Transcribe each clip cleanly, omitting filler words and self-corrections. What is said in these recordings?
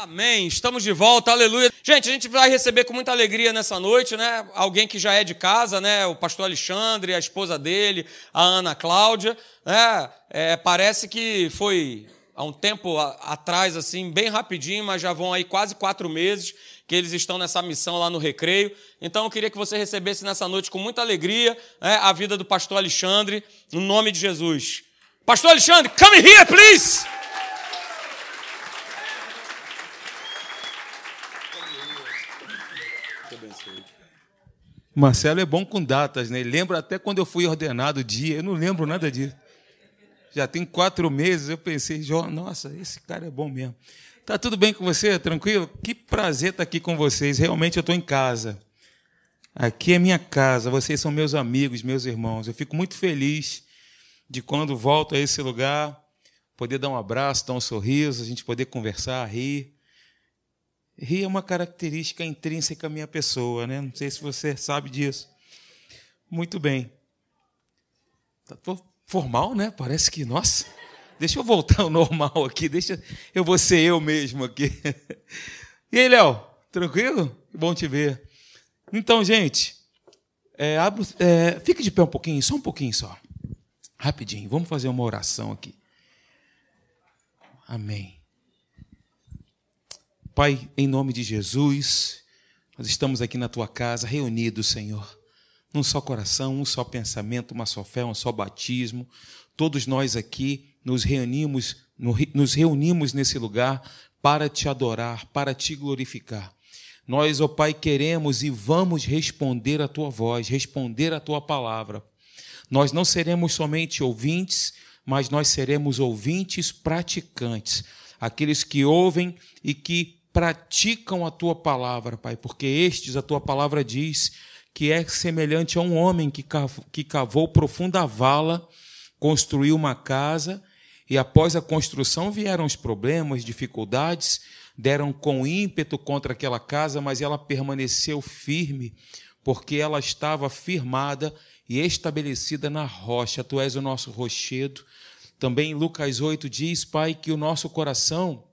Amém, estamos de volta, aleluia. Gente, a gente vai receber com muita alegria nessa noite, né? Alguém que já é de casa, né? O pastor Alexandre, a esposa dele, a Ana Cláudia, né? Parece que foi há um tempo atrás, assim, bem rapidinho, mas já vão aí quase 4 meses que eles estão nessa missão lá no Recreio. Então, eu queria que você recebesse nessa noite com muita alegria, né, a vida do pastor Alexandre, no nome de Jesus. Pastor Alexandre, come here, please! Marcelo é bom com datas, né? Ele lembra até quando eu fui ordenado o dia. Eu não lembro nada disso. Já tem 4 meses, eu pensei, nossa, esse cara é bom mesmo. Tá tudo bem com você? Tranquilo? Que prazer estar aqui com vocês. Realmente eu estou em casa. Aqui é minha casa. Vocês são meus amigos, meus irmãos. Eu fico muito feliz de quando volto a esse lugar, poder dar um abraço, dar um sorriso, a gente poder conversar, rir. Rir é uma característica intrínseca à minha pessoa, né? Não sei se você sabe disso. Muito bem. Tá formal, né? Parece que, nossa, deixa eu voltar ao normal aqui, eu vou ser eu mesmo aqui. E aí, Léo, tranquilo? Bom te ver. Então, gente, fique de pé um pouquinho, só um pouquinho só. Rapidinho, vamos fazer uma oração aqui. Amém. Pai, em nome de Jesus, nós estamos aqui na Tua casa, reunidos, Senhor, num só coração, um só pensamento, uma só fé, um só batismo. Todos nós aqui nos reunimos nesse lugar para Te adorar, para Te glorificar. Nós, ó Pai, queremos e vamos responder à Tua voz, responder à Tua palavra. Nós não seremos somente ouvintes, mas nós seremos ouvintes praticantes, aqueles que ouvem e que praticam a Tua palavra, Pai, porque a Tua palavra diz que é semelhante a um homem que cavou profunda vala, construiu uma casa e após a construção vieram os problemas, dificuldades, deram com ímpeto contra aquela casa, mas ela permaneceu firme, porque ela estava firmada e estabelecida na rocha. Tu és o nosso rochedo. Também em Lucas 8 diz, Pai, que o nosso coração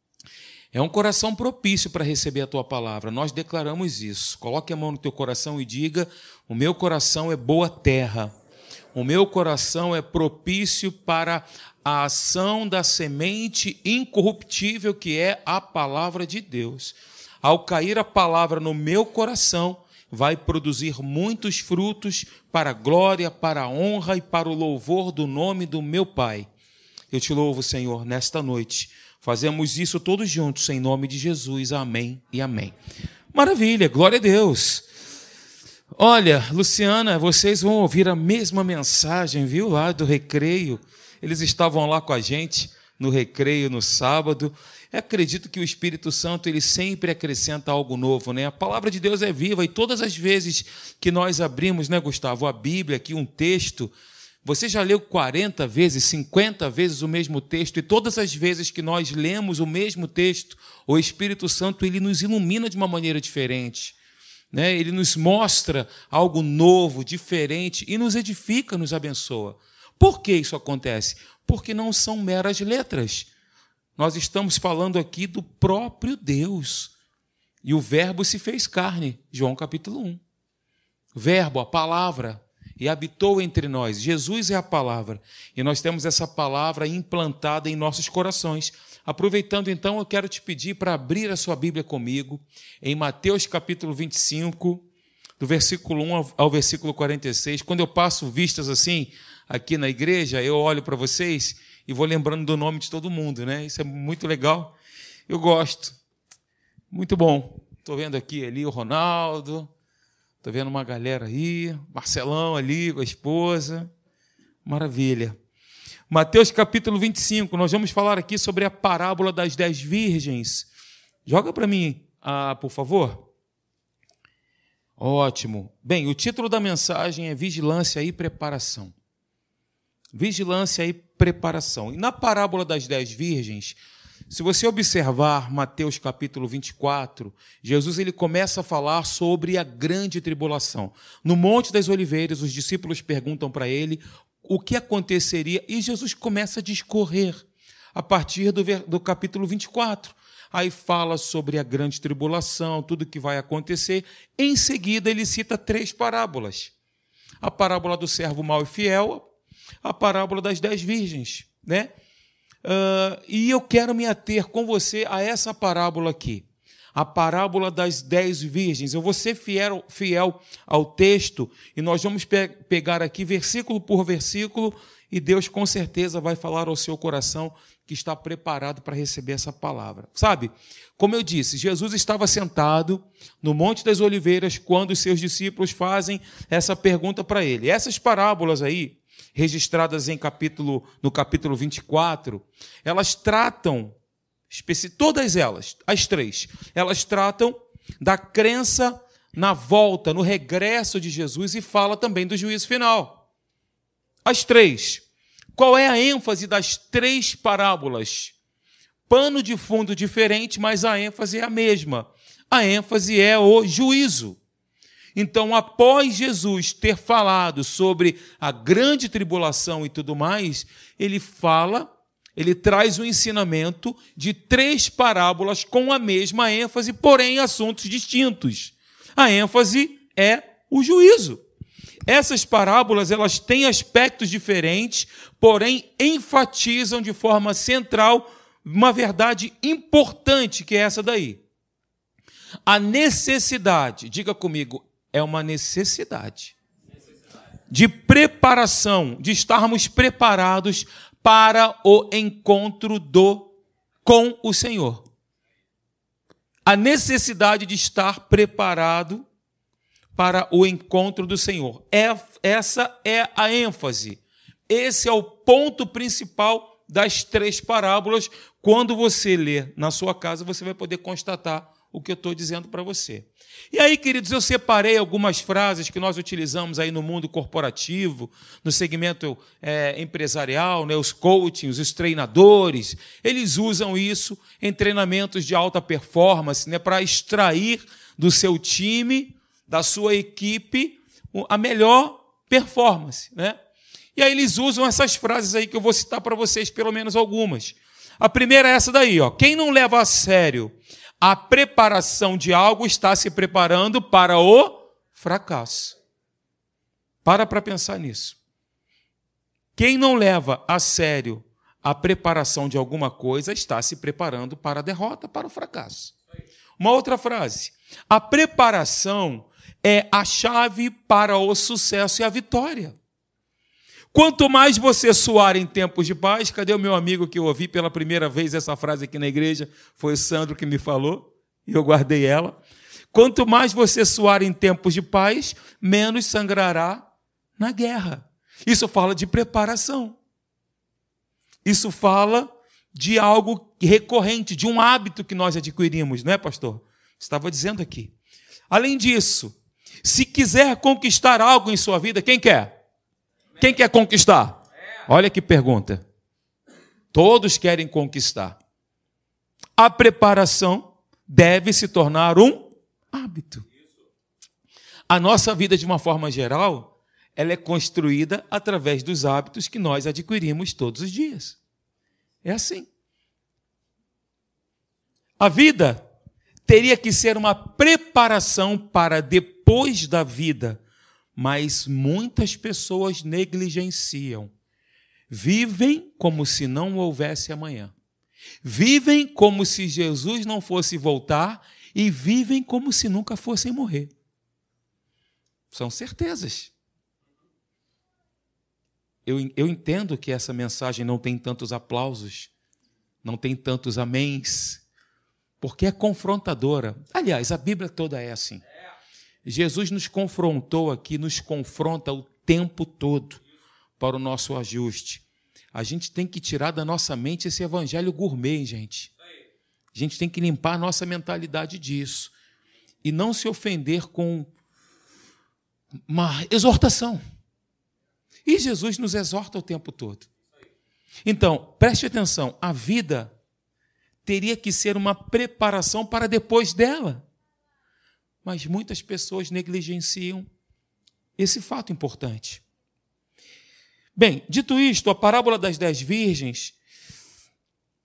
é um coração propício para receber a Tua palavra. Nós declaramos isso. Coloque a mão no teu coração e diga, o meu coração é boa terra. O meu coração é propício para a ação da semente incorruptível que é a palavra de Deus. Ao cair a palavra no meu coração, vai produzir muitos frutos para a glória, para a honra e para o louvor do nome do meu Pai. Eu te louvo, Senhor, nesta noite. Fazemos isso todos juntos, em nome de Jesus. Amém e amém. Maravilha, glória a Deus. Olha, Luciana, vocês vão ouvir a mesma mensagem, viu, lá do Recreio. Eles estavam lá com a gente no Recreio, no sábado. Eu acredito que o Espírito Santo, ele sempre acrescenta algo novo, né? A palavra de Deus é viva e todas as vezes que nós abrimos, né, Gustavo, a Bíblia, aqui um texto, você já leu 40 vezes, 50 vezes o mesmo texto, e todas as vezes que nós lemos o mesmo texto, o Espírito Santo, ele nos ilumina de uma maneira diferente, né? Ele nos mostra algo novo, diferente, e nos edifica, nos abençoa. Por que isso acontece? Porque não são meras letras. Nós estamos falando aqui do próprio Deus. E o Verbo se fez carne, João capítulo 1. O Verbo, a palavra, e habitou entre nós. Jesus é a palavra. E nós temos essa palavra implantada em nossos corações. Aproveitando, então, eu quero te pedir para abrir a sua Bíblia comigo, em Mateus capítulo 25, do versículo 1 ao versículo 46. Quando eu passo vistas assim, aqui na igreja, eu olho para vocês e vou lembrando do nome de todo mundo, né? Isso é muito legal. Eu gosto. Muito bom. Estou vendo aqui ali o Ronaldo. Estou vendo uma galera aí. Marcelão ali com a esposa. Maravilha. Mateus capítulo 25. Nós vamos falar aqui sobre a parábola das 10 virgens. Joga para mim, por favor. Ótimo. Bem, o título da mensagem é Vigilância e Preparação. Vigilância e preparação. E na parábola das 10 virgens, se você observar Mateus capítulo 24, Jesus ele começa a falar sobre a grande tribulação. No Monte das Oliveiras, os discípulos perguntam para ele o que aconteceria e Jesus começa a discorrer a partir do capítulo 24. aí fala sobre a grande tribulação, tudo que vai acontecer. Em seguida, ele cita 3 parábolas. A parábola do servo mau e fiel, a parábola das 10 virgens, né? E eu quero me ater com você a essa parábola aqui, a parábola das 10 virgens. Eu vou ser fiel ao texto e nós vamos pegar aqui versículo por versículo e Deus com certeza vai falar ao seu coração que está preparado para receber essa palavra. Sabe, como eu disse, Jesus estava sentado no Monte das Oliveiras quando os seus discípulos fazem essa pergunta para ele. Essas parábolas aí, registradas no capítulo 24, elas tratam, todas elas, as 3, elas tratam da crença na volta, no regresso de Jesus e fala também do juízo final. As 3. Qual é a ênfase das 3 parábolas? Pano de fundo diferente, mas a ênfase é a mesma. A ênfase é o juízo. Então, após Jesus ter falado sobre a grande tribulação e tudo mais, ele traz o ensinamento de 3 parábolas com a mesma ênfase, porém em assuntos distintos. A ênfase é o juízo. Essas parábolas, elas têm aspectos diferentes, porém enfatizam de forma central uma verdade importante, que é essa daí. A necessidade, diga comigo, é uma necessidade de preparação, de estarmos preparados para o encontro com o Senhor. A necessidade de estar preparado para o encontro do Senhor. Essa é a ênfase. Esse é o ponto principal das 3 parábolas. Quando você ler na sua casa, você vai poder constatar o que eu estou dizendo para você. E aí, queridos, eu separei algumas frases que nós utilizamos aí no mundo corporativo, no segmento empresarial, né, os coachings, os treinadores, eles usam isso em treinamentos de alta performance, né, para extrair do seu time, da sua equipe, a melhor performance, né? E aí eles usam essas frases aí que eu vou citar para vocês, pelo menos algumas. A primeira é essa daí, ó. Quem não leva a sério a preparação de algo está se preparando para o fracasso. Para pensar nisso. Quem não leva a sério a preparação de alguma coisa está se preparando para a derrota, para o fracasso. Uma outra frase. A preparação é a chave para o sucesso e a vitória. Quanto mais você suar em tempos de paz, cadê o meu amigo que eu ouvi pela primeira vez essa frase aqui na igreja? Foi o Sandro que me falou, e eu guardei ela. Quanto mais você suar em tempos de paz, menos sangrará na guerra. Isso fala de preparação. Isso fala de algo recorrente, de um hábito que nós adquirimos, não é, pastor? Você estava dizendo aqui. Além disso, se quiser conquistar algo em sua vida, quem quer? Quem quer conquistar? Olha que pergunta. Todos querem conquistar. A preparação deve se tornar um hábito. A nossa vida, de uma forma geral, ela é construída através dos hábitos que nós adquirimos todos os dias. É assim. A vida teria que ser uma preparação para depois da vida, mas muitas pessoas negligenciam. Vivem como se não houvesse amanhã. Vivem como se Jesus não fosse voltar e vivem como se nunca fossem morrer. São certezas. Eu entendo que essa mensagem não tem tantos aplausos, não tem tantos améns, porque é confrontadora. Aliás, a Bíblia toda é assim. Jesus nos confrontou aqui, nos confronta o tempo todo para o nosso ajuste. A gente tem que tirar da nossa mente esse evangelho gourmet, hein, gente. A gente tem que limpar a nossa mentalidade disso. E não se ofender com uma exortação. E Jesus nos exorta o tempo todo. Então, preste atenção, a vida teria que ser uma preparação para depois dela. Mas muitas pessoas negligenciam esse fato importante. Bem, dito isto, a parábola das 10 virgens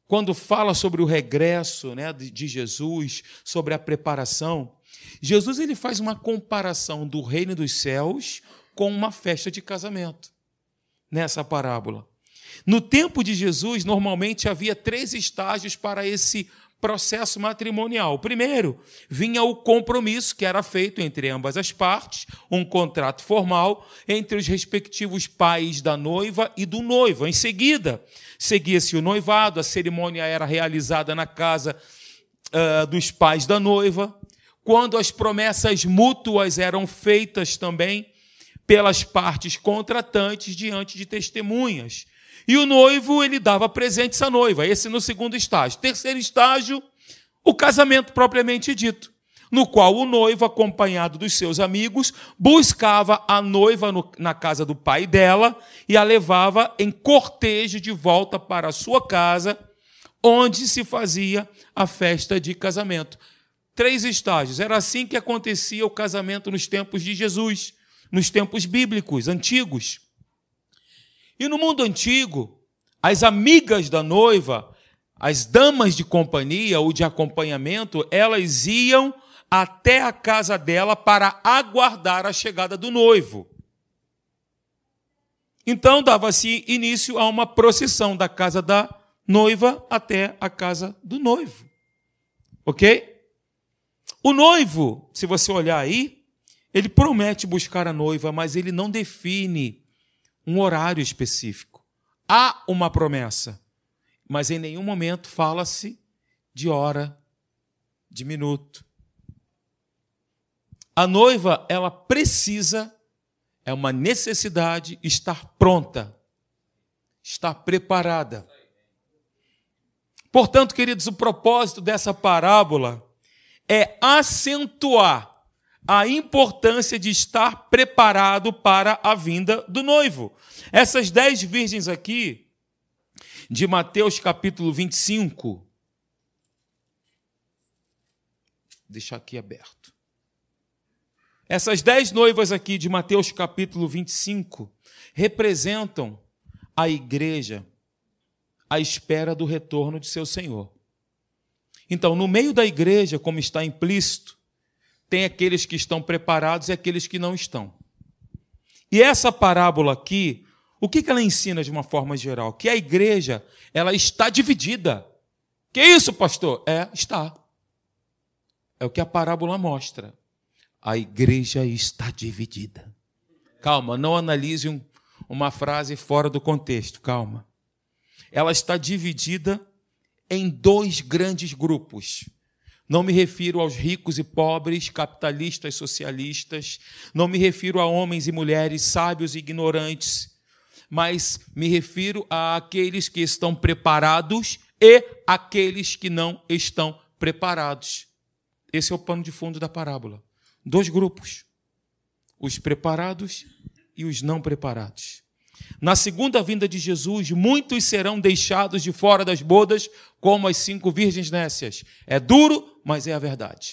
quando fala sobre o regresso, né, de Jesus, sobre a preparação, Jesus ele faz uma comparação do reino dos céus com uma festa de casamento, nessa parábola. No tempo de Jesus, normalmente havia 3 estágios para esse processo matrimonial. Primeiro, vinha o compromisso, que era feito entre ambas as partes, um contrato formal entre os respectivos pais da noiva e do noivo. Em seguida, seguia-se o noivado, a cerimônia era realizada na casa dos pais da noiva, quando as promessas mútuas eram feitas também pelas partes contratantes diante de testemunhas. E o noivo, ele dava presentes à noiva, esse no segundo estágio. Terceiro estágio, o casamento propriamente dito, no qual o noivo, acompanhado dos seus amigos, buscava a noiva na casa do pai dela e a levava em cortejo de volta para a sua casa, onde se fazia a festa de casamento. 3 estágios. Era assim que acontecia o casamento nos tempos de Jesus, nos tempos bíblicos, antigos. E no mundo antigo, as amigas da noiva, as damas de companhia ou de acompanhamento, elas iam até a casa dela para aguardar a chegada do noivo. Então, dava-se início a uma procissão da casa da noiva até a casa do noivo. Ok? O noivo, se você olhar aí, ele promete buscar a noiva, mas ele não define um horário específico. Há uma promessa, mas em nenhum momento fala-se de hora, de minuto. A noiva, ela precisa, é uma necessidade, estar pronta, estar preparada. Portanto, queridos, o propósito dessa parábola é acentuar a importância de estar preparado para a vinda do noivo. Essas 10 virgens aqui, de Mateus capítulo 25, deixar aqui aberto. Essas 10 noivas aqui de Mateus capítulo 25 representam a igreja à espera do retorno de seu Senhor. Então, no meio da igreja, como está implícito, tem aqueles que estão preparados e aqueles que não estão. E essa parábola aqui, o que ela ensina de uma forma geral? Que a igreja, ela está dividida. Que isso, pastor? Está. É o que a parábola mostra. A igreja está dividida. Calma, não analise uma frase fora do contexto, calma. Ela está dividida em 2 grandes grupos. Não me refiro aos ricos e pobres, capitalistas, socialistas. Não me refiro a homens e mulheres, sábios e ignorantes. Mas me refiro àqueles que estão preparados e àqueles que não estão preparados. Esse é o pano de fundo da parábola. 2 grupos. Os preparados e os não preparados. Na segunda vinda de Jesus, muitos serão deixados de fora das bodas, como as 5 virgens nécias. É duro, mas é a verdade.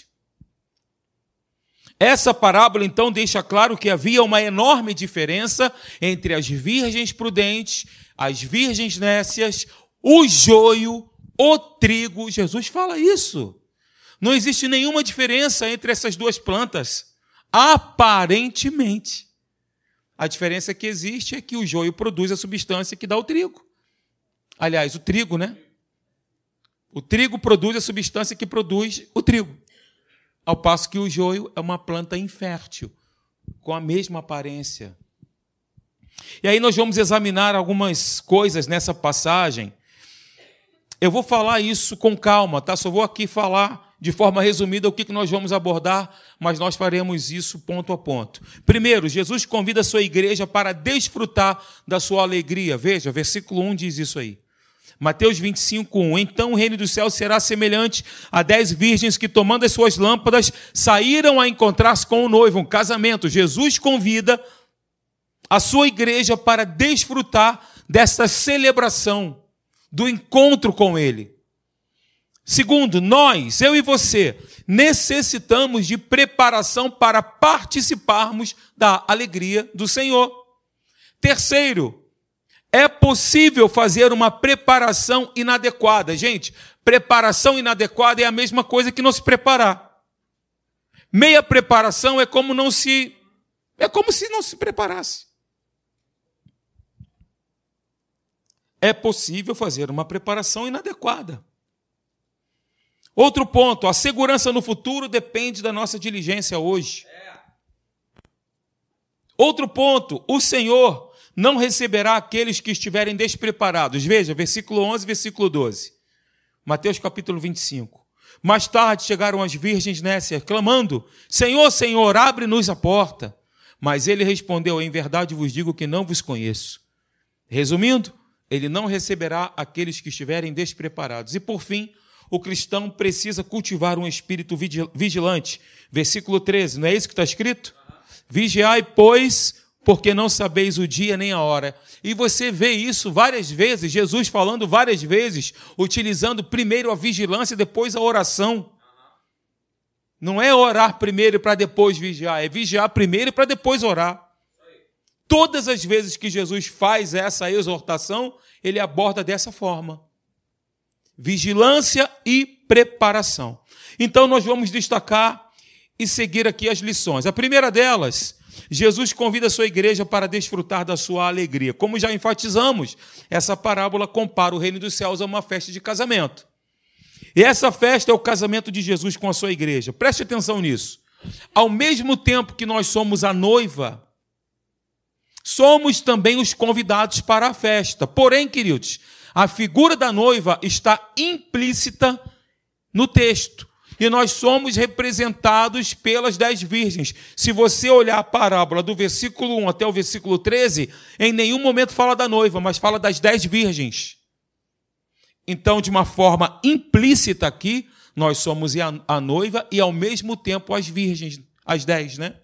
Essa parábola, então, deixa claro que havia uma enorme diferença entre as virgens prudentes, as virgens nécias, o joio, o trigo. Jesus fala isso. Não existe nenhuma diferença entre essas 2 plantas, aparentemente. A diferença que existe é que o joio produz a substância que dá o trigo. Aliás, o trigo, né? O trigo produz a substância que produz o trigo. Ao passo que o joio é uma planta infértil, com a mesma aparência. E aí nós vamos examinar algumas coisas nessa passagem. Eu vou falar isso com calma, tá? Só vou aqui falar de forma resumida o que nós vamos abordar, mas nós faremos isso ponto a ponto. Primeiro, Jesus convida a sua igreja para desfrutar da sua alegria. Veja, versículo 1 diz isso aí. Mateus 25, 1. Então o reino dos céus será semelhante a 10 virgens que, tomando as suas lâmpadas, saíram a encontrar-se com o noivo, um casamento. Jesus convida a sua igreja para desfrutar desta celebração, do encontro com ele. Segundo, nós, eu e você, necessitamos de preparação para participarmos da alegria do Senhor. Terceiro, É possível fazer uma preparação inadequada. Gente, preparação inadequada é a mesma coisa que não se preparar. Meia preparação é como se não se preparasse. É possível fazer uma preparação inadequada. Outro ponto, a segurança no futuro depende da nossa diligência hoje. Outro ponto, o Senhor não receberá aqueles que estiverem despreparados. Veja, versículo 11, versículo 12. Mateus capítulo 25. Mais tarde chegaram as virgens nécias, clamando: Senhor, Senhor, abre-nos a porta. Mas ele respondeu: em verdade vos digo que não vos conheço. Resumindo, ele não receberá aqueles que estiverem despreparados. E por fim, o cristão precisa cultivar um espírito vigilante. Versículo 13, não é isso que está escrito? Vigiai, pois, porque não sabeis o dia nem a hora. E você vê isso várias vezes, Jesus falando várias vezes, utilizando primeiro a vigilância e depois a oração. Não é orar primeiro para depois vigiar, é vigiar primeiro para depois orar. Todas as vezes que Jesus faz essa exortação, ele aborda dessa forma. Vigilância e preparação. Então nós vamos destacar e seguir aqui as lições. A primeira delas, Jesus convida a sua igreja para desfrutar da sua alegria. Como já enfatizamos, essa parábola compara o reino dos céus a uma festa de casamento. E essa festa é o casamento de Jesus com a sua igreja. Preste atenção nisso. Ao mesmo tempo que nós somos a noiva, somos também os convidados para a festa. Porém, queridos, a figura da noiva está implícita no texto. E nós somos representados pelas 10 virgens. Se você olhar a parábola do versículo 1 até o versículo 13, em nenhum momento fala da noiva, mas fala das 10 virgens. Então, de uma forma implícita aqui, nós somos a noiva e, ao mesmo tempo, as virgens, as 10, né?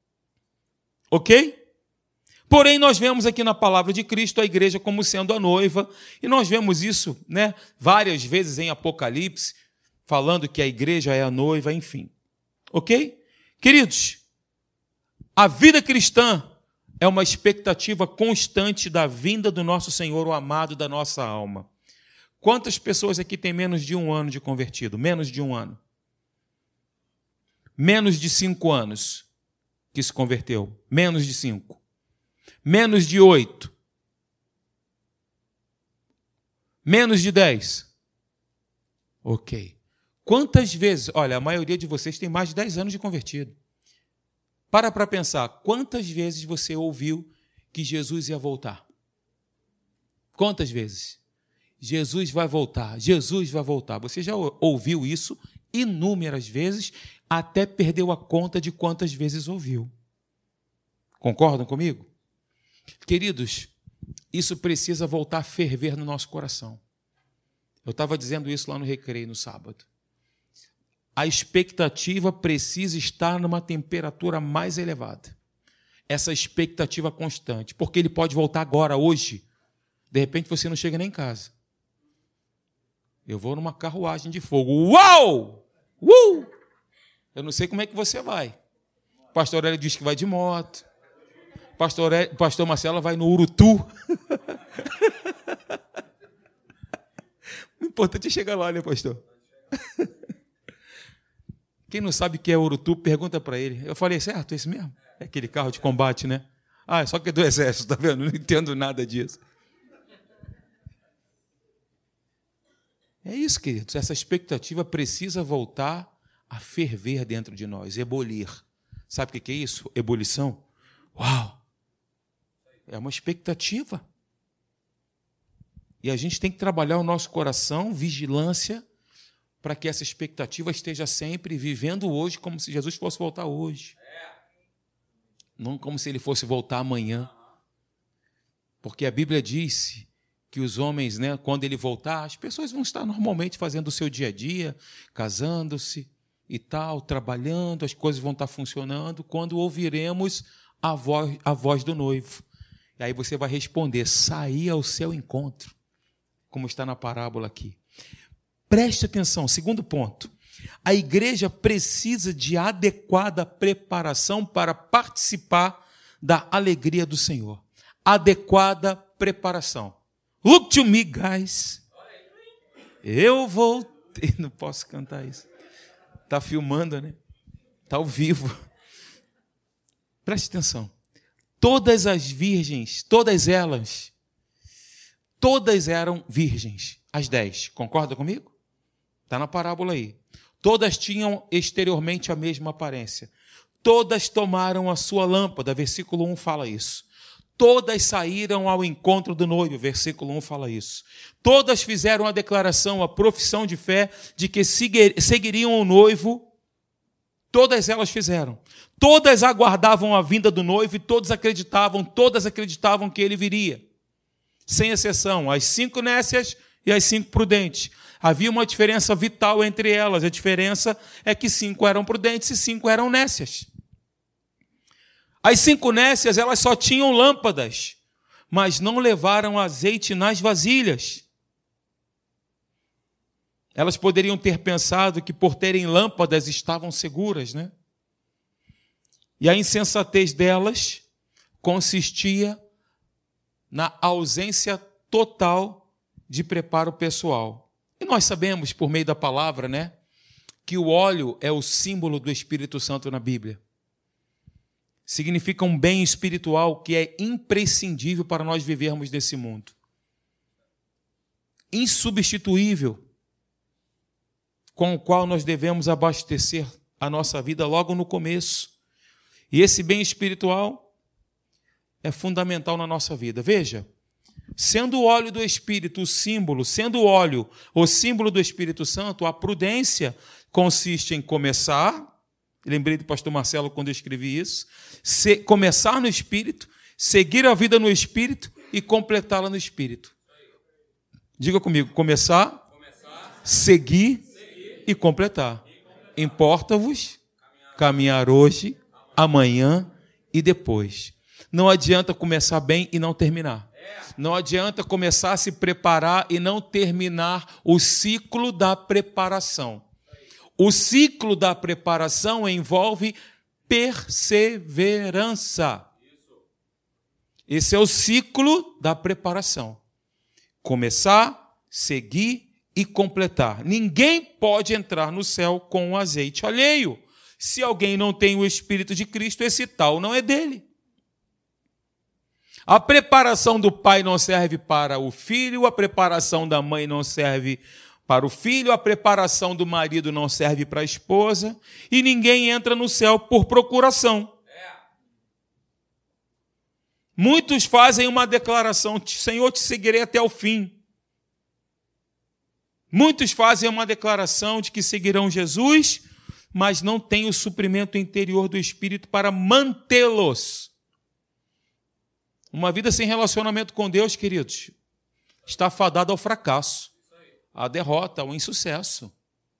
Ok? Porém, nós vemos aqui na palavra de Cristo a igreja como sendo a noiva, e nós vemos isso, né, várias vezes em Apocalipse, falando que a igreja é a noiva, enfim. Ok? Queridos, a vida cristã é uma expectativa constante da vinda do nosso Senhor, o amado da nossa alma. Quantas pessoas aqui têm menos de 1 ano de convertido? Menos de 1 ano. Menos de 5 anos que se converteu. Menos de 5. Menos de 8. Menos de 10. Ok. Quantas vezes, olha, a maioria de vocês tem mais de 10 anos de convertido. Para pensar, quantas vezes você ouviu que Jesus ia voltar? Quantas vezes? Jesus vai voltar, Jesus vai voltar. Você já ouviu isso inúmeras vezes, até perdeu a conta de quantas vezes ouviu. Concordam comigo? Queridos, isso precisa voltar a ferver no nosso coração. Eu estava dizendo isso lá no Recreio, no sábado. A expectativa precisa estar numa temperatura mais elevada. Essa expectativa constante, porque ele pode voltar agora, hoje. De repente você não chega nem em casa. Eu vou numa carruagem de fogo. Uau! Eu não sei como é que você vai. O pastor Hélio diz que vai de moto. Pastor Marcelo vai no Urutu. O importante é chegar lá, né, pastor? Quem não sabe o que é Urutu, pergunta para ele. Eu falei, certo, é esse mesmo? É aquele carro de combate, né? Ah, é só que é do exército, tá vendo? Não entendo nada disso. É isso, queridos. Essa expectativa precisa voltar a ferver dentro de nós, ebulir. Sabe o que é isso? Ebulição? Uau! É uma expectativa. E a gente tem que trabalhar o nosso coração, vigilância, para que essa expectativa esteja sempre vivendo hoje como se Jesus fosse voltar hoje. Não como se ele fosse voltar amanhã. Porque a Bíblia diz que os homens, né, quando ele voltar, as pessoas vão estar normalmente fazendo o seu dia a dia, casando-se e tal, trabalhando, as coisas vão estar funcionando, quando ouviremos a voz do noivo. E aí você vai responder, saí ao seu encontro, como está na parábola aqui. Preste atenção, segundo ponto. A igreja precisa de adequada preparação para participar da alegria do Senhor. Adequada preparação. Look to me, guys. Eu voltei. Não posso cantar isso. Está filmando, né? Está ao vivo. Preste atenção. Todas as virgens, todas eram virgens. As 10. Concorda comigo? Está na parábola aí. Todas tinham exteriormente a mesma aparência. Todas tomaram a sua lâmpada. Versículo 1 fala isso. Todas saíram ao encontro do noivo. Versículo 1 fala isso. Todas fizeram a declaração, a profissão de fé de que seguiriam o noivo. Todas elas fizeram. Todas aguardavam a vinda do noivo e todas acreditavam que ele viria. Sem exceção, as 5 nécias e as 5 prudentes. Havia uma diferença vital entre elas. A diferença é que 5 eram prudentes e 5 eram nécias. As 5 nécias, elas só tinham lâmpadas, mas não levaram azeite nas vasilhas. Elas poderiam ter pensado que por terem lâmpadas estavam seguras, né? E a insensatez delas consistia na ausência total de preparo pessoal. E nós sabemos, por meio da palavra, né, que o óleo é o símbolo do Espírito Santo na Bíblia. Significa um bem espiritual que é imprescindível para nós vivermos nesse mundo. Insubstituível, com o qual nós devemos abastecer a nossa vida logo no começo. E esse bem espiritual é fundamental na nossa vida. Veja, sendo o óleo do Espírito o símbolo, sendo o óleo o símbolo do Espírito Santo, a prudência consiste em começar, lembrei do pastor Marcelo quando eu escrevi isso, começar no Espírito, seguir a vida no Espírito e completá-la no Espírito. Diga comigo, começar, seguir e completar. Importa-vos caminhar hoje, amanhã e depois. Não adianta começar bem e não terminar. Não adianta começar a se preparar e não terminar o ciclo da preparação. O ciclo da preparação envolve perseverança. Esse é o ciclo da preparação. Começar, seguir e completar. Ninguém pode entrar no céu com um azeite alheio. Se alguém não tem o Espírito de Cristo, esse tal não é dele. A preparação do pai não serve para o filho, a preparação da mãe não serve para o filho, a preparação do marido não serve para a esposa, e ninguém entra no céu por procuração. Muitos fazem uma declaração: Senhor, te seguirei até o fim. Muitos fazem uma declaração de que seguirão Jesus, mas não têm o suprimento interior do Espírito para mantê-los. Uma vida sem relacionamento com Deus, queridos, está fadada ao fracasso, à derrota, ao insucesso.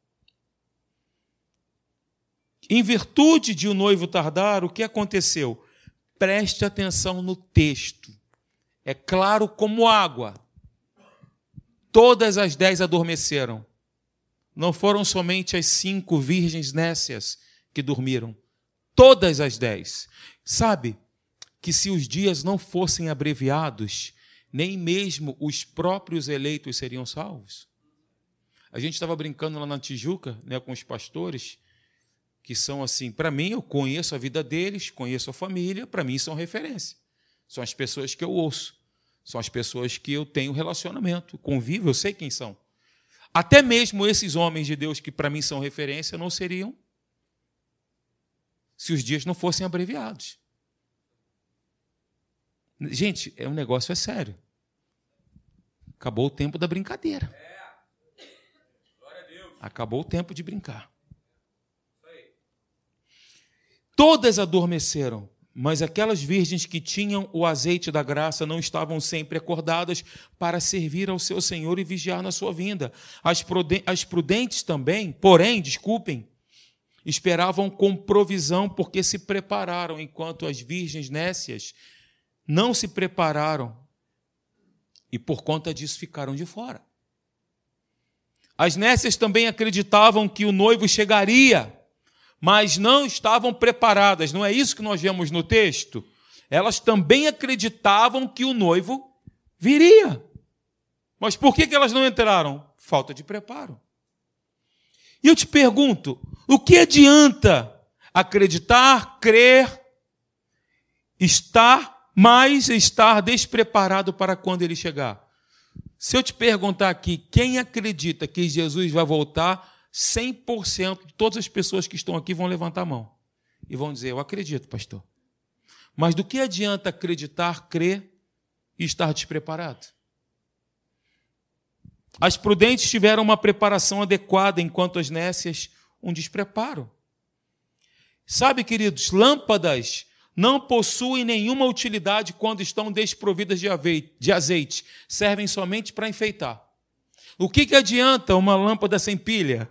Em virtude de o noivo tardar, o que aconteceu? Preste atenção no texto. É claro como água. Todas as 10 adormeceram. Não foram somente as 5 virgens nécias que dormiram. Todas as 10. Sabe que se os dias não fossem abreviados, nem mesmo os próprios eleitos seriam salvos? A gente estava brincando lá na Tijuca, né, com os pastores, que são assim, para mim, eu conheço a vida deles, conheço a família, para mim são referência. São as pessoas que eu ouço, são as pessoas que eu tenho relacionamento, convivo, eu sei quem são. Até mesmo esses homens de Deus que para mim são referência não seriam se os dias não fossem abreviados. Gente, o negócio é sério. Acabou o tempo da brincadeira. Acabou o tempo de brincar. Todas adormeceram, mas aquelas virgens que tinham o azeite da graça não estavam sempre acordadas para servir ao seu Senhor e vigiar na sua vinda. As prudentes também, porém, esperavam com provisão porque se prepararam, enquanto as virgens nécias não se prepararam e por conta disso ficaram de fora. As nécias também acreditavam que o noivo chegaria, mas não estavam preparadas. Não é isso que nós vemos no texto? Elas também acreditavam que o noivo Viria. Mas por que elas não entraram? Falta de preparo. E eu te pergunto, o que adianta acreditar, crer, estar despreparado para quando ele chegar? Se eu te perguntar aqui, quem acredita que Jesus vai voltar, 100% de todas as pessoas que estão aqui vão levantar a mão e vão dizer, eu acredito, pastor. Mas do que adianta acreditar, crer e estar despreparado? As prudentes tiveram uma preparação adequada, enquanto as nécias um despreparo. Sabe, queridos, lâmpadas não possuem nenhuma utilidade quando estão desprovidas de azeite. Servem somente para enfeitar. O que adianta uma lâmpada sem pilha?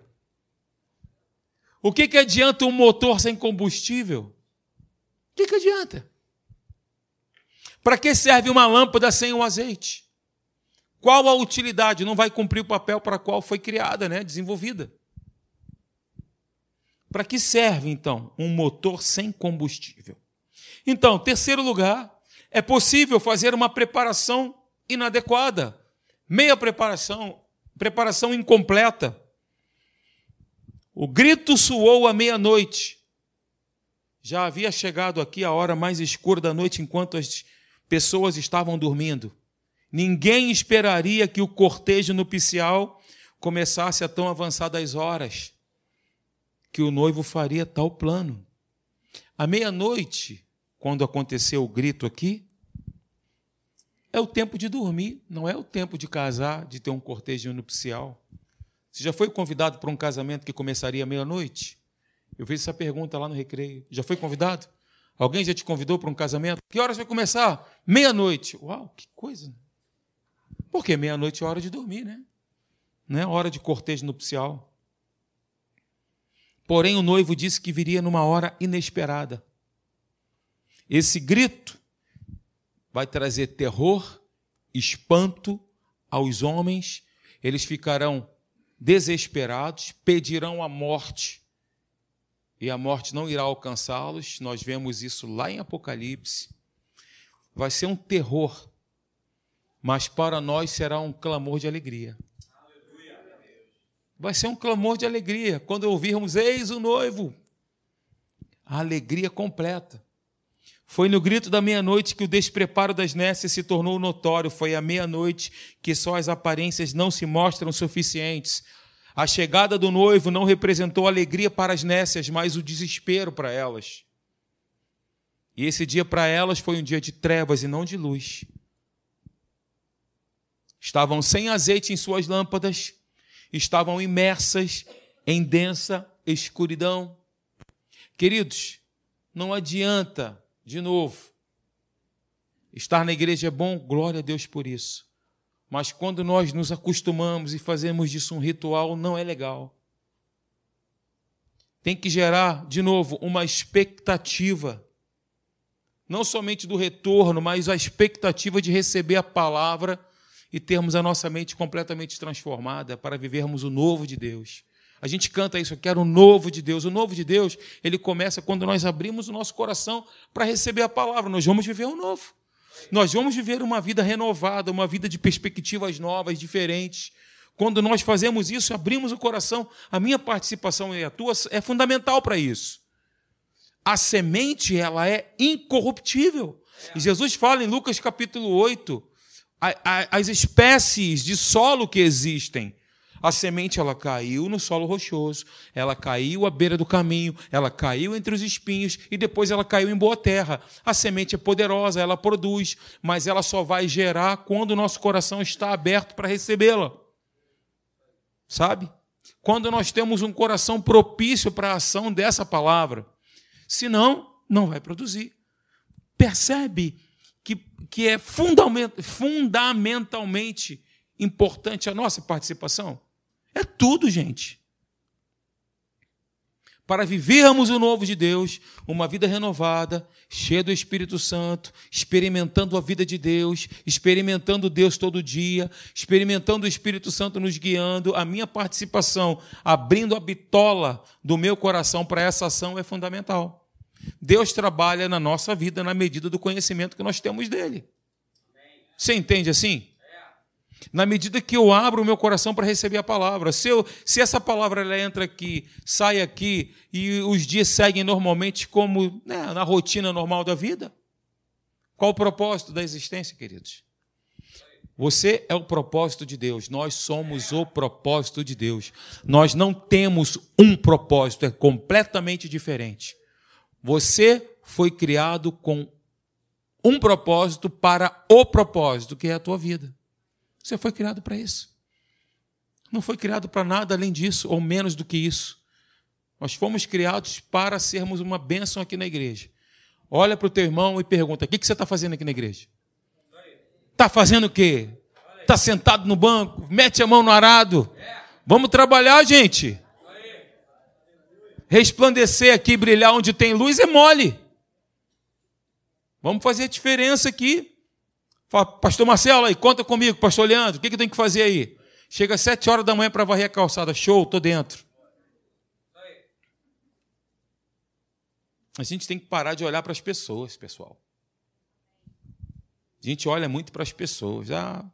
O que adianta um motor sem combustível? O que adianta? Para que serve uma lâmpada sem o azeite? Qual a utilidade? Não vai cumprir o papel para o qual foi criada, desenvolvida. Para que serve, então, um motor sem combustível? Então, terceiro lugar, é possível fazer uma preparação inadequada, meia preparação incompleta. O grito soou à meia-noite. Já havia chegado aqui a hora mais escura da noite, enquanto as pessoas estavam dormindo. Ninguém esperaria que o cortejo nupcial começasse a tão avançadas horas, que o noivo faria tal plano. À meia-noite, quando aconteceu o grito aqui, é o tempo de dormir, não é o tempo de casar, de ter um cortejo nupcial. Você já foi convidado para um casamento que começaria à meia-noite? Eu fiz essa pergunta lá no recreio. Já foi convidado? Alguém já te convidou para um casamento? Que horas vai começar? Meia-noite. Uau, que coisa! Porque meia-noite é hora de dormir, Não é hora de cortejo nupcial. Porém, o noivo disse que viria numa hora inesperada. Esse grito vai trazer terror, espanto aos homens. Eles ficarão desesperados, pedirão a morte. E a morte não irá alcançá-los. Nós vemos isso lá em Apocalipse. Vai ser um terror, mas para nós será um clamor de alegria. Vai ser um clamor de alegria. Quando ouvirmos, eis o noivo, a alegria completa. Foi no grito da meia-noite que o despreparo das nécias se tornou notório. Foi à meia-noite que só as aparências não se mostram suficientes. A chegada do noivo não representou alegria para as nécias, mas o desespero para elas. E esse dia para elas foi um dia de trevas e não de luz. Estavam sem azeite em suas lâmpadas, estavam imersas em densa escuridão. Queridos, não adianta, de novo, estar na igreja é bom, glória a Deus por isso. Mas quando nós nos acostumamos e fazemos disso um ritual, não é legal. Tem que gerar, de novo, uma expectativa. Não somente do retorno, mas a expectativa de receber a palavra e termos a nossa mente completamente transformada para vivermos o novo de Deus. A gente canta isso, eu quero o novo de Deus. O novo de Deus, ele começa quando nós abrimos o nosso coração para receber a palavra. Nós vamos viver o novo. Nós vamos viver uma vida renovada, uma vida de perspectivas novas, diferentes. Quando nós fazemos isso, abrimos o coração, a minha participação e a tua é fundamental para isso. A semente, ela é incorruptível. E Jesus fala em Lucas capítulo 8, as espécies de solo que existem. A semente, ela caiu no solo rochoso, ela caiu à beira do caminho, ela caiu entre os espinhos e depois ela caiu em boa terra. A semente é poderosa, ela produz, mas ela só vai gerar quando o nosso coração está aberto para recebê-la. Sabe? Quando nós temos um coração propício para a ação dessa palavra. Senão, não vai produzir. Percebe que é fundamentalmente importante a nossa participação? É tudo, gente. Para vivermos o novo de Deus, uma vida renovada, cheia do Espírito Santo, experimentando a vida de Deus, experimentando Deus todo dia, experimentando o Espírito Santo nos guiando, a minha participação, abrindo a bitola do meu coração para essa ação é fundamental. Deus trabalha na nossa vida na medida do conhecimento que nós temos dele. Você entende assim? Na medida que eu abro o meu coração para receber a palavra. Se essa palavra ela entra aqui, sai aqui, e os dias seguem normalmente como na rotina normal da vida, qual o propósito da existência, queridos? Você é o propósito de Deus. Nós somos o propósito de Deus. Nós não temos um propósito, é completamente diferente. Você foi criado com um propósito para o propósito, que é a tua vida. Você foi criado para isso. Não foi criado para nada além disso, ou menos do que isso. Nós fomos criados para sermos uma bênção aqui na igreja. Olha para o teu irmão e pergunta, o que você está fazendo aqui na igreja? Está fazendo o quê? Está sentado no banco? Mete a mão no arado. Vamos trabalhar, gente. Resplandecer aqui, brilhar onde tem luz é mole. Vamos fazer a diferença aqui. Fala, pastor Marcelo, aí, conta comigo, pastor Leandro, o que eu tenho que fazer aí? Chega às 7 horas da manhã para varrer a calçada. Show, estou dentro. A gente tem que parar de olhar para as pessoas, pessoal. A gente olha muito para as pessoas.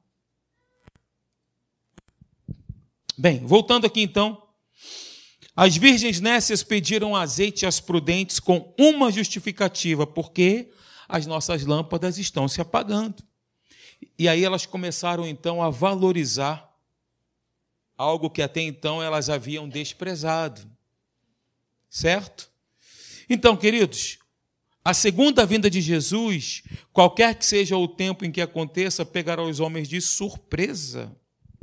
Bem, voltando aqui então. As virgens nécias pediram azeite às prudentes com uma justificativa, porque as nossas lâmpadas estão se apagando. E aí elas começaram então a valorizar algo que até então elas haviam desprezado. Certo? Então, queridos, a segunda vinda de Jesus, qualquer que seja o tempo em que aconteça, pegará os homens de surpresa.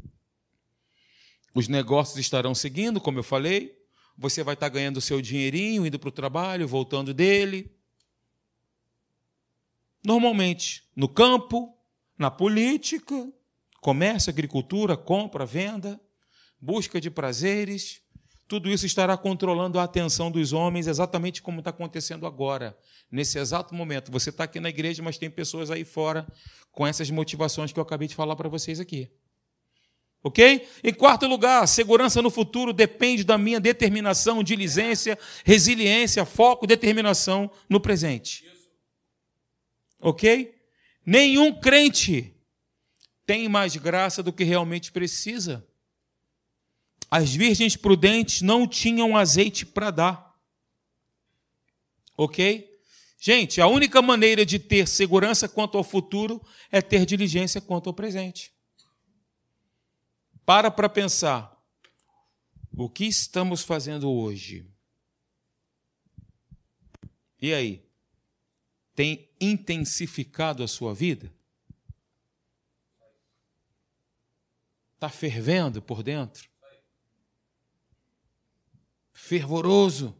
Os negócios estarão seguindo, como eu falei. Você vai estar ganhando o seu dinheirinho, indo para o trabalho, voltando dele. Normalmente, no campo, na política, comércio, agricultura, compra, venda, busca de prazeres, tudo isso estará controlando a atenção dos homens, exatamente como está acontecendo agora, nesse exato momento. Você está aqui na igreja, mas tem pessoas aí fora com essas motivações que eu acabei de falar para vocês aqui. Ok? Em quarto lugar, segurança no futuro depende da minha determinação, diligência, resiliência, foco, determinação no presente. Ok? Nenhum crente tem mais graça do que realmente precisa. As virgens prudentes não tinham azeite para dar. Ok? Gente, a única maneira de ter segurança quanto ao futuro é ter diligência quanto ao presente. Para pensar. O que estamos fazendo hoje? E aí? Tem intensificado a sua vida? Está fervendo por dentro? Fervoroso?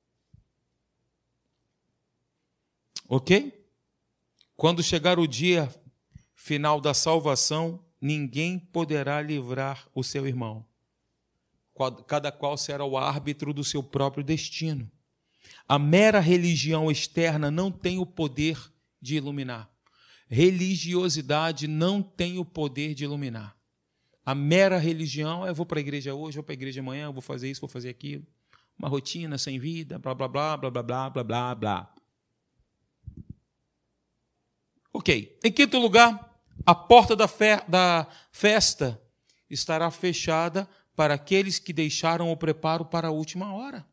Ok? Quando chegar o dia final da salvação, ninguém poderá livrar o seu irmão. Cada qual será o árbitro do seu próprio destino. A mera religião externa não tem o poder de iluminar. Religiosidade não tem o poder de iluminar. A mera religião é vou para a igreja hoje, vou para a igreja amanhã, vou fazer isso, vou fazer aquilo. Uma rotina sem vida, blá, blá, blá, blá, blá, blá, blá, blá, blá. Ok. Em quinto lugar, a porta da festa estará fechada para aqueles que deixaram o preparo para a última hora.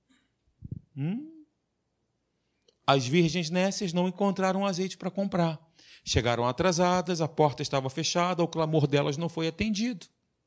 As virgens nécias não encontraram azeite para comprar. Chegaram atrasadas, a porta estava fechada, o clamor delas não foi atendido.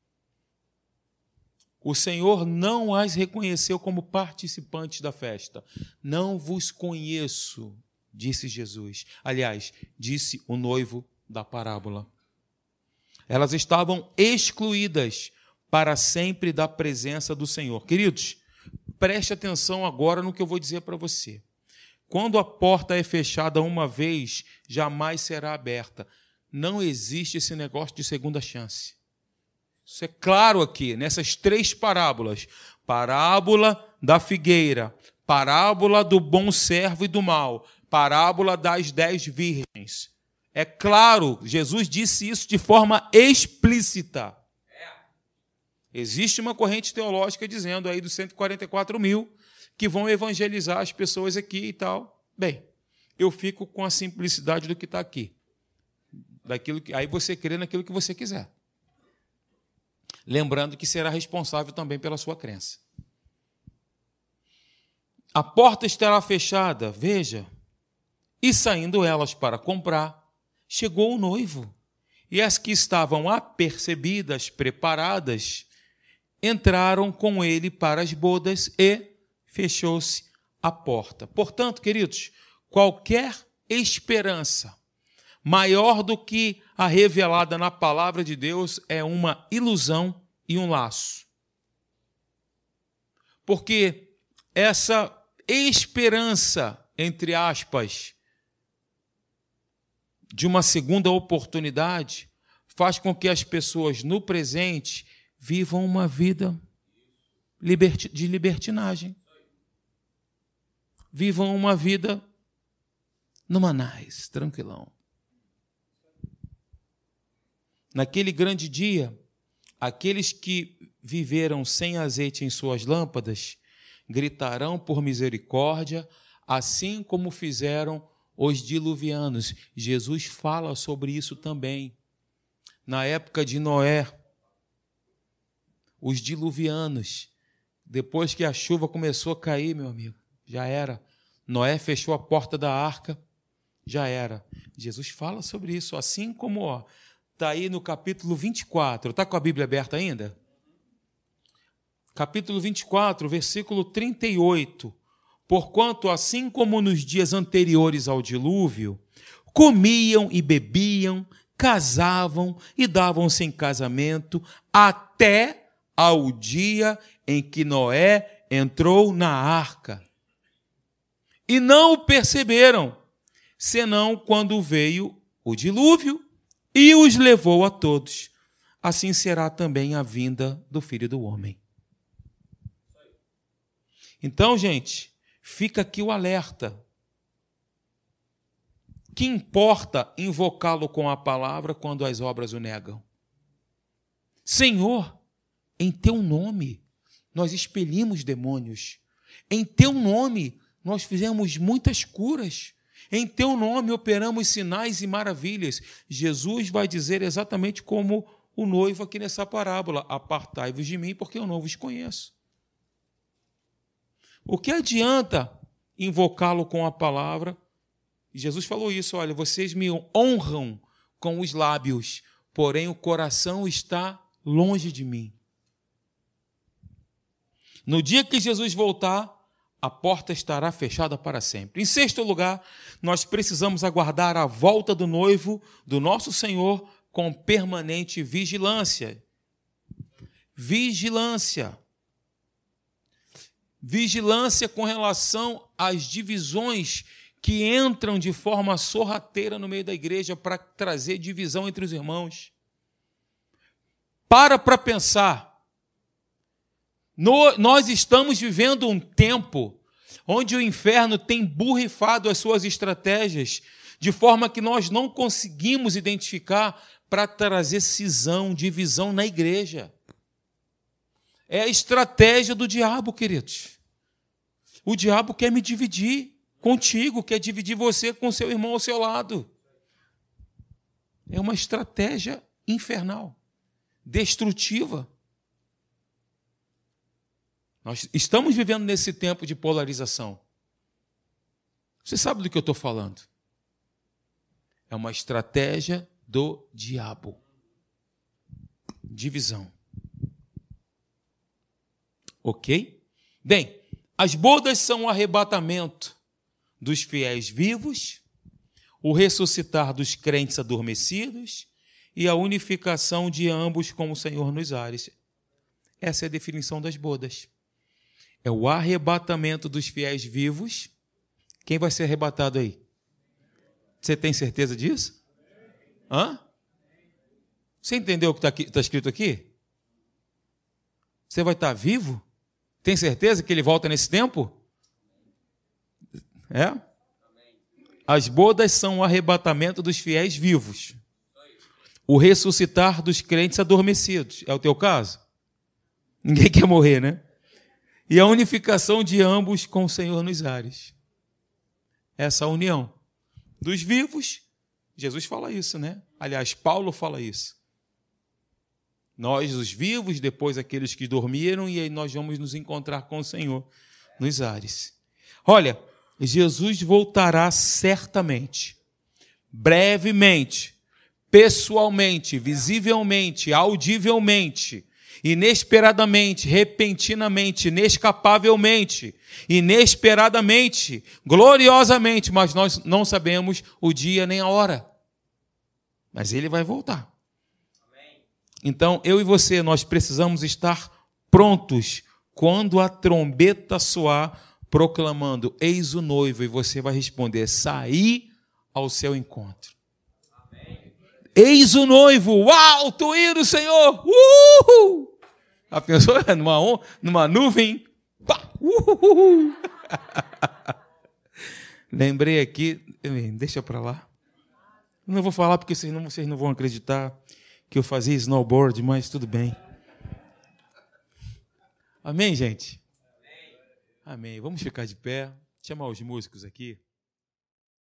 O Senhor não as reconheceu como participantes da festa. Não vos conheço, disse Jesus. Aliás, disse o noivo da parábola. Elas estavam excluídas para sempre da presença do Senhor. Queridos, preste atenção agora no que eu vou dizer para você. Quando a porta é fechada uma vez, jamais será aberta. Não existe esse negócio de segunda chance. Isso é claro aqui, nessas três parábolas. Parábola da figueira, parábola do bom servo e do mau, parábola das 10 virgens. É claro, Jesus disse isso de forma explícita. Existe uma corrente teológica dizendo aí dos 144 mil que vão evangelizar as pessoas aqui e tal. Bem, eu fico com a simplicidade do que está aqui. Aí você crê naquilo que você quiser. Lembrando que será responsável também pela sua crença. A porta estará fechada, veja, e saindo elas para comprar, chegou o noivo. E as que estavam apercebidas, preparadas, entraram com ele para as bodas e fechou-se a porta. Portanto, queridos, qualquer esperança maior do que a revelada na palavra de Deus é uma ilusão e um laço. Porque essa esperança, entre aspas, de uma segunda oportunidade, faz com que as pessoas no presente vivam uma vida de libertinagem. Vivam uma vida no manais, tranquilão. Naquele grande dia, aqueles que viveram sem azeite em suas lâmpadas gritarão por misericórdia, assim como fizeram os diluvianos. Jesus fala sobre isso também. Na época de Noé, os diluvianos, depois que a chuva começou a cair, meu amigo, já era. Noé fechou a porta da arca, já era. Jesus fala sobre isso, assim como está aí no capítulo 24. Está com a Bíblia aberta ainda? Capítulo 24, versículo 38. Porquanto, assim como nos dias anteriores ao dilúvio, comiam e bebiam, casavam e davam-se em casamento, até ao dia em que Noé entrou na arca. E não o perceberam, senão quando veio o dilúvio e os levou a todos. Assim será também a vinda do Filho do Homem. Então, gente, fica aqui o alerta. Que importa invocá-lo com a palavra quando as obras o negam? Senhor, em teu nome nós expelimos demônios. Em teu nome nós fizemos muitas curas. Em teu nome operamos sinais e maravilhas. Jesus vai dizer exatamente como o noivo aqui nessa parábola: apartai-vos de mim, porque eu não vos conheço. O que adianta invocá-lo com a palavra? Jesus falou isso: olha, vocês me honram com os lábios, porém o coração está longe de mim. No dia que Jesus voltar, a porta estará fechada para sempre. Em sexto lugar, nós precisamos aguardar a volta do noivo, do nosso Senhor, com permanente vigilância. Vigilância. Vigilância com relação às divisões que entram de forma sorrateira no meio da igreja para trazer divisão entre os irmãos. Para pensar. Nós estamos vivendo um tempo onde o inferno tem borrifado as suas estratégias de forma que nós não conseguimos identificar para trazer cisão, divisão na igreja. É a estratégia do diabo, queridos. O diabo quer me dividir contigo, quer dividir você com seu irmão ao seu lado. É uma estratégia infernal, destrutiva. Nós estamos vivendo nesse tempo de polarização. Você sabe do que eu estou falando? É uma estratégia do diabo. Divisão. Ok? Bem, as bodas são o arrebatamento dos fiéis vivos, o ressuscitar dos crentes adormecidos e a unificação de ambos com o Senhor nos ares. Essa é a definição das bodas. É o arrebatamento dos fiéis vivos. Quem vai ser arrebatado aí? Você tem certeza disso? Hã? Você entendeu o que está escrito aqui? Você vai estar vivo? Tem certeza que ele volta nesse tempo? É? As bodas são o arrebatamento dos fiéis vivos. O ressuscitar dos crentes adormecidos. É o teu caso? Ninguém quer morrer, né? E a unificação de ambos com o Senhor nos ares. Essa união dos vivos, Jesus fala isso, né? Aliás, Paulo fala isso. Nós, os vivos, depois aqueles que dormiram, e aí nós vamos nos encontrar com o Senhor nos ares. Olha, Jesus voltará certamente, brevemente, pessoalmente, visivelmente, audivelmente, inesperadamente, repentinamente, inescapavelmente, inesperadamente, gloriosamente, mas nós não sabemos o dia nem a hora. Mas ele vai voltar. Então, eu e você, nós precisamos estar prontos quando a trombeta soar, proclamando, eis o noivo, e você vai responder, saí ao seu encontro. Amém. Eis o noivo, uau, tô indo, Senhor, uhul! A pessoa numa nuvem, pá, uhul! Lembrei aqui, deixa para lá. Não vou falar porque vocês não vão acreditar que eu fazia snowboard, mas tudo bem. Amém, gente? Amém. Vamos ficar de pé, chamar os músicos aqui.